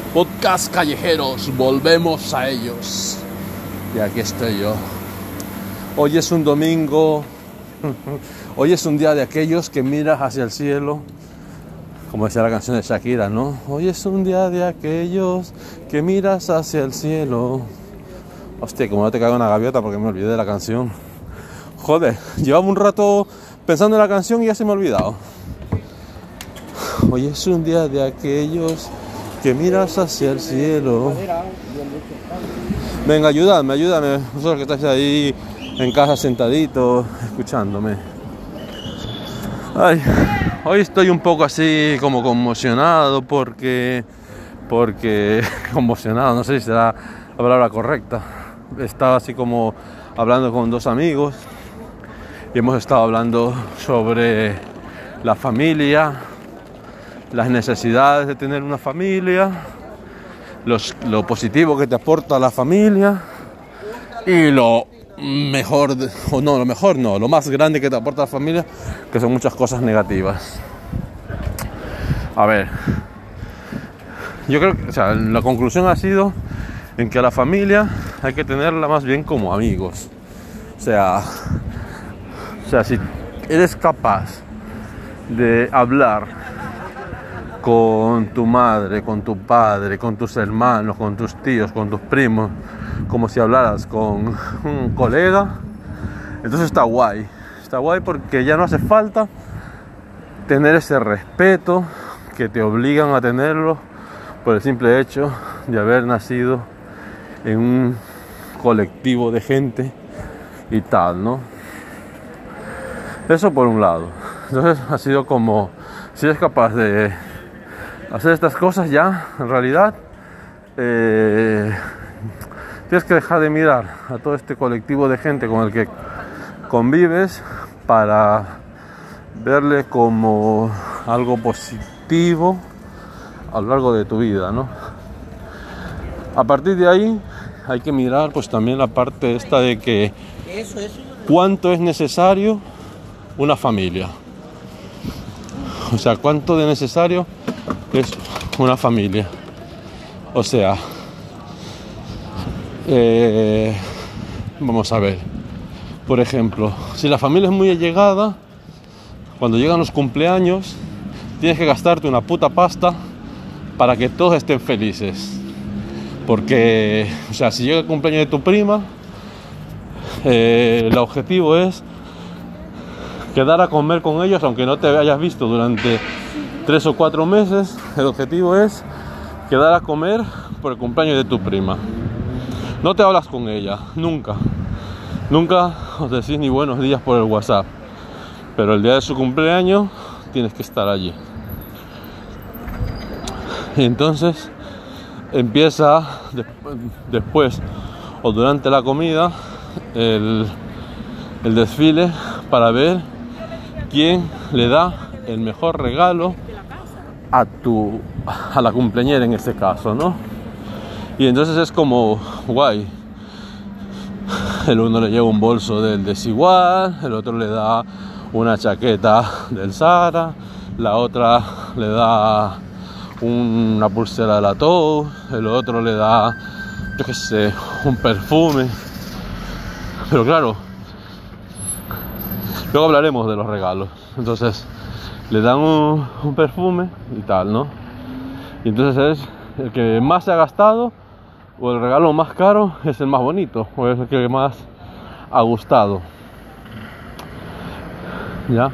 Podcast callejeros, volvemos a ellos. Y aquí estoy yo. Hoy es un domingo. Hoy es un día de aquellos que miras hacia el cielo. Como decía la canción de Shakira, ¿no? Hoy es un día de aquellos que miras hacia el cielo. Hostia, como no te caiga una gaviota porque me olvidé de la canción. Joder, llevaba un rato pensando en la canción y ya se me ha olvidado. Hoy es un día de aquellos que miras hacia el cielo. Venga, ayúdame. Vosotros que estáis ahí en casa sentaditos, escuchándome. Ay, hoy estoy un poco así como conmocionado porque conmocionado, no sé si será la palabra correcta. Estaba así como hablando con dos amigos y hemos estado hablando sobre la familia, las necesidades de tener una familia, lo positivo que te aporta la familia y lo más grande que te aporta la familia, que son muchas cosas negativas. A ver, yo creo que, la conclusión ha sido en que a la familia hay que tenerla más bien como amigos. O sea, si eres capaz de hablar con tu madre, con tu padre, con tus hermanos, con tus tíos, con tus primos, como si hablaras con un colega, entonces está guay porque ya no hace falta tener ese respeto que te obligan a tenerlo por el simple hecho de haber nacido en un colectivo de gente y tal, ¿no? Eso por un lado. Entonces ha sido como, si eres capaz de hacer estas cosas ya, en realidad tienes que dejar de mirar a todo este colectivo de gente con el que convives para verle como algo positivo a lo largo de tu vida, ¿no? A partir de ahí hay que mirar pues también la parte esta de que cuánto es necesario una familia. O sea, cuánto de necesario es una familia. O sea, vamos a ver. Por ejemplo, si la familia es muy allegada, cuando llegan los cumpleaños, tienes que gastarte una puta pasta para que todos estén felices. Porque, o sea, si llega el cumpleaños de tu prima, el objetivo es quedar a comer con ellos, aunque no te hayas visto durante 3 o 4 meses. El objetivo es quedar a comer por el cumpleaños de tu prima. No te hablas con ella, nunca os decís ni buenos días por el WhatsApp, pero el día de su cumpleaños tienes que estar allí. Y entonces empieza después o durante la comida el desfile para ver quién le da el mejor regalo a la cumpleañera en este caso, ¿no? Y entonces es como guay. El uno le lleva un bolso del Desigual, el otro le da una chaqueta del Zara, la otra le da una pulsera de la Tou, el otro le da, yo qué sé, un perfume. Pero claro, luego hablaremos de los regalos. Entonces le dan un perfume y tal, ¿no? Y entonces es el que más se ha gastado, o el regalo más caro es el más bonito, o es el que más ha gustado, ¿ya?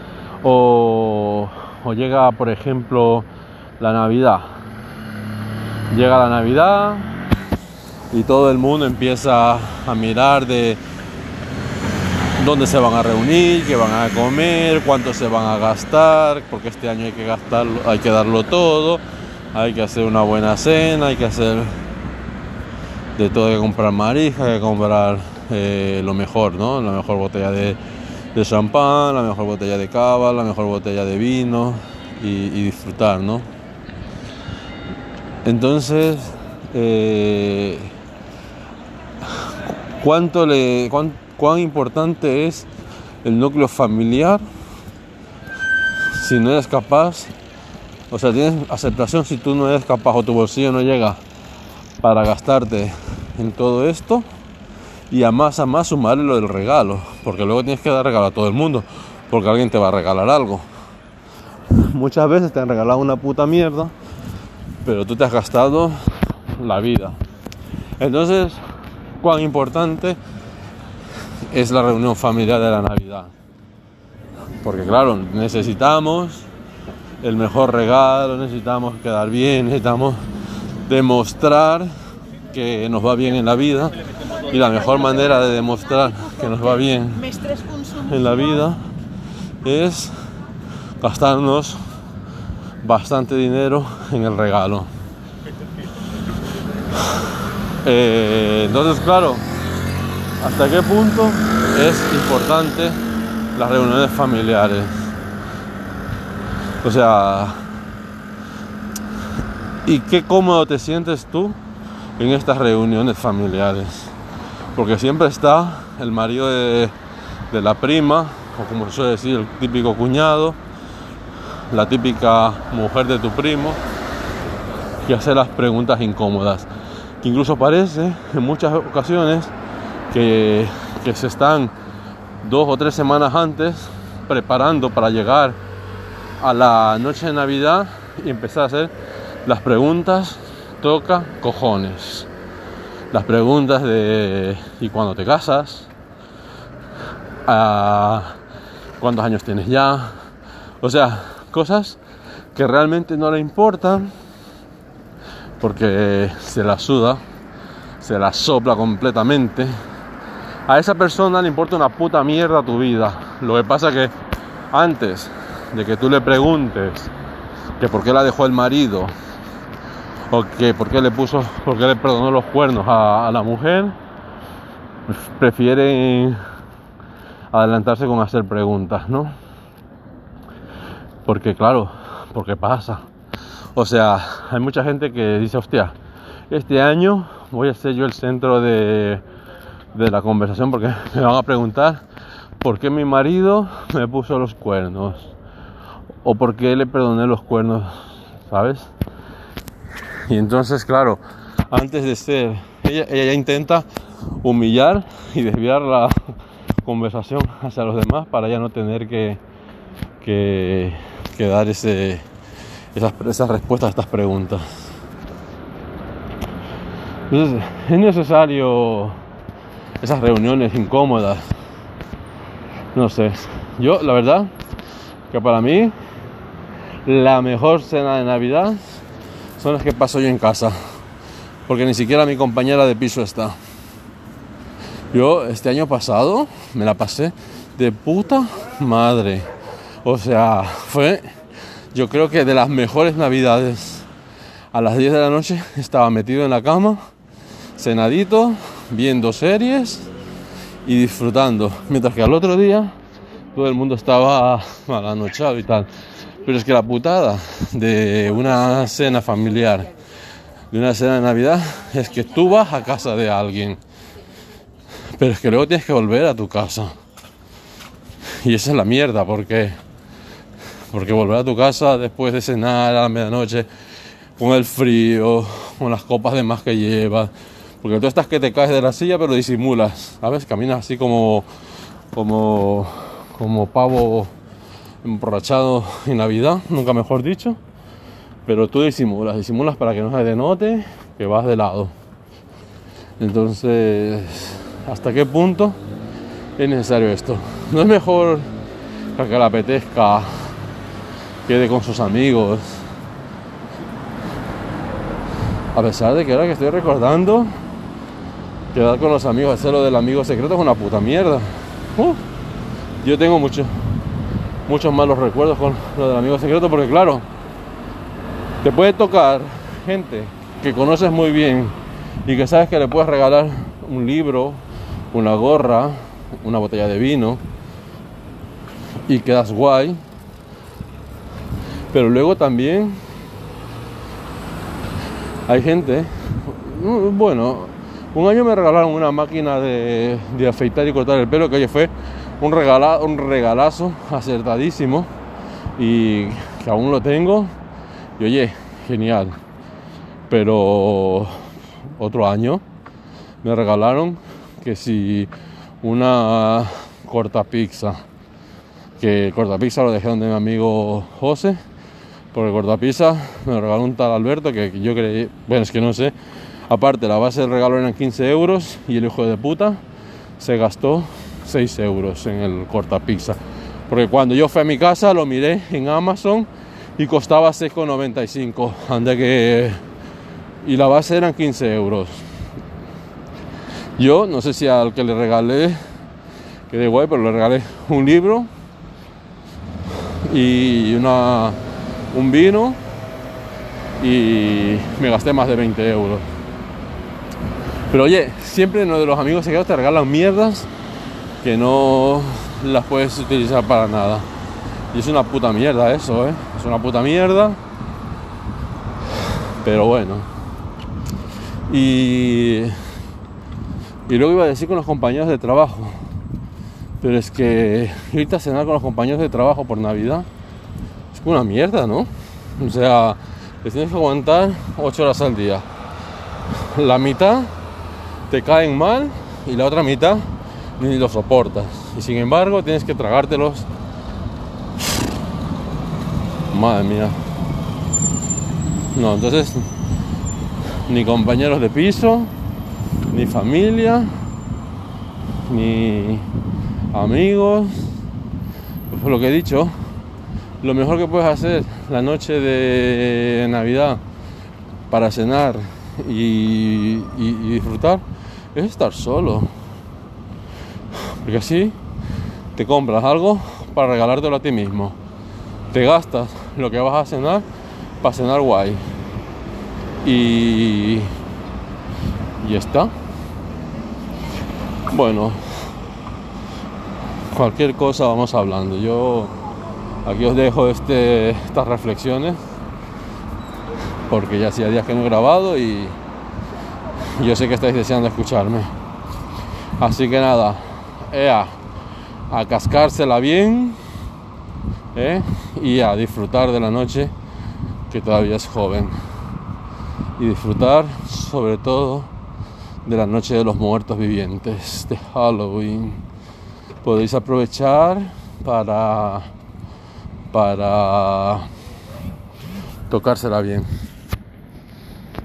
O llega, por ejemplo, la Navidad. Llega la Navidad y todo el mundo empieza a mirar de dónde se van a reunir, qué van a comer, cuánto se van a gastar, porque este año hay que darlo todo, hay que hacer una buena cena, hay que hacer de todo, hay que comprar marisco, hay que comprar lo mejor, ¿no? La mejor botella de champán, la mejor botella de cava, la mejor botella de vino y disfrutar, ¿no? Entonces, ¿cuán importante es el núcleo familiar si no eres capaz O sea, tienes aceptación si tú no eres capaz o tu bolsillo no llega para gastarte en todo esto. Y a más sumarle lo del regalo, porque luego tienes que dar regalo a todo el mundo, porque alguien te va a regalar algo. Muchas veces te han regalado una puta mierda, pero tú te has gastado la vida. Entonces, cuán importante es la reunión familiar de la Navidad. Porque claro, necesitamos el mejor regalo, necesitamos quedar bien, necesitamos demostrar que nos va bien en la vida. Y la mejor manera de demostrar que nos va bien en la vida es gastarnos bastante dinero en el regalo. Entonces, claro, ¿hasta qué punto es importante las reuniones familiares? O sea, ¿y qué cómodo te sientes tú en estas reuniones familiares? Porque siempre está el marido de la prima, o como se suele decir, el típico cuñado, la típica mujer de tu primo, que hace las preguntas incómodas. Que incluso parece, en muchas ocasiones, que se están 2 o 3 semanas antes preparando para llegar a la noche de Navidad y empezar a hacer las preguntas toca cojones. Las preguntas de ¿y cuándo te casas? ¿Cuántos años tienes ya? O sea, cosas que realmente no le importan porque se la suda, se la sopla completamente. A esa persona le importa una puta mierda tu vida. Lo que pasa que antes de que tú le preguntes que por qué la dejó el marido, o que por qué le perdonó los cuernos a la mujer, prefieren adelantarse con hacer preguntas, ¿no? Porque claro, porque pasa. O sea, hay mucha gente que dice, hostia, este año voy a ser yo el centro de la conversación porque me van a preguntar por qué mi marido me puso los cuernos o por qué le perdoné los cuernos, ¿sabes? Y entonces, claro, antes de ser, ella ya intenta humillar y desviar la conversación hacia los demás para ya no tener que dar esas respuestas a estas preguntas. Entonces, es necesario esas reuniones incómodas. No sé, yo la verdad que para mí la mejor cena de Navidad son las que paso yo en casa, porque ni siquiera mi compañera de piso está. Yo este año pasado me la pasé de puta madre. O sea, fue, yo creo que de las mejores Navidades. A las 10 de la noche estaba metido en la cama, cenadito, viendo series y disfrutando. Mientras que al otro día todo el mundo estaba malanochado y tal. Pero es que la putada de una cena familiar, de una cena de Navidad, es que tú vas a casa de alguien, pero es que luego tienes que volver a tu casa. Y esa es la mierda, porque volver a tu casa después de cenar a la medianoche, con el frío, con las copas de más que llevas, porque tú estás que te caes de la silla pero disimulas, ¿sabes? Caminas así como pavo emborrachado en Navidad, nunca mejor dicho, pero tú disimulas para que no se denote que vas de lado. Entonces, ¿hasta qué punto es necesario esto? ¿No es mejor que le apetezca quede con sus amigos? A pesar de que ahora que estoy recordando, quedar con los amigos, hacer lo del amigo secreto es una puta mierda. Yo tengo muchos malos recuerdos con lo del amigo secreto, porque claro, te puede tocar gente que conoces muy bien y que sabes que le puedes regalar un libro, una gorra, una botella de vino y quedas guay. Pero luego también hay gente, bueno, un año me regalaron una máquina de afeitar y cortar el pelo, que oye, fue un regalazo acertadísimo y que aún lo tengo Y oye, genial. Pero otro año me regalaron que si una cortapizza, que cortapizza lo dejaron de mi amigo José, porque cortapizza me lo regaló un tal Alberto que yo creí, bueno, es que no sé, aparte la base del regalo eran 15 euros y el hijo de puta se gastó 6 euros en el cortapizza, porque cuando yo fui a mi casa lo miré en Amazon y costaba 6,95, ande que, y la base eran 15 euros. Yo no sé si al que le regalé, que de guay, pero le regalé un libro y un vino y me gasté más de 20 euros. Pero oye, siempre uno de los amigos secretos te regalan mierdas que no las puedes utilizar para nada. Y es una puta mierda eso, es una puta mierda. Pero bueno. Y luego iba a decir con los compañeros de trabajo. Pero es que irte a cenar con los compañeros de trabajo por Navidad es una mierda, ¿no? O sea, les tienes que aguantar 8 horas al día. La mitad te caen mal y la otra mitad ni lo soportas. Y sin embargo tienes que tragártelos. Madre mía. No, entonces ni compañeros de piso, ni familia, ni amigos. Pues por lo que he dicho, lo mejor que puedes hacer la noche de Navidad para cenar y disfrutar es estar solo, porque así te compras algo para regalártelo a ti mismo, te gastas lo que vas a cenar para cenar guay y ya está. Bueno, cualquier cosa vamos hablando. Yo aquí os dejo estas reflexiones porque ya hacía días que no he grabado y yo sé que estáis deseando escucharme. Así que nada, a cascársela bien, y a disfrutar de la noche que todavía es joven. Y disfrutar sobre todo de la noche de los muertos vivientes, de Halloween. Podéis aprovechar para tocársela bien.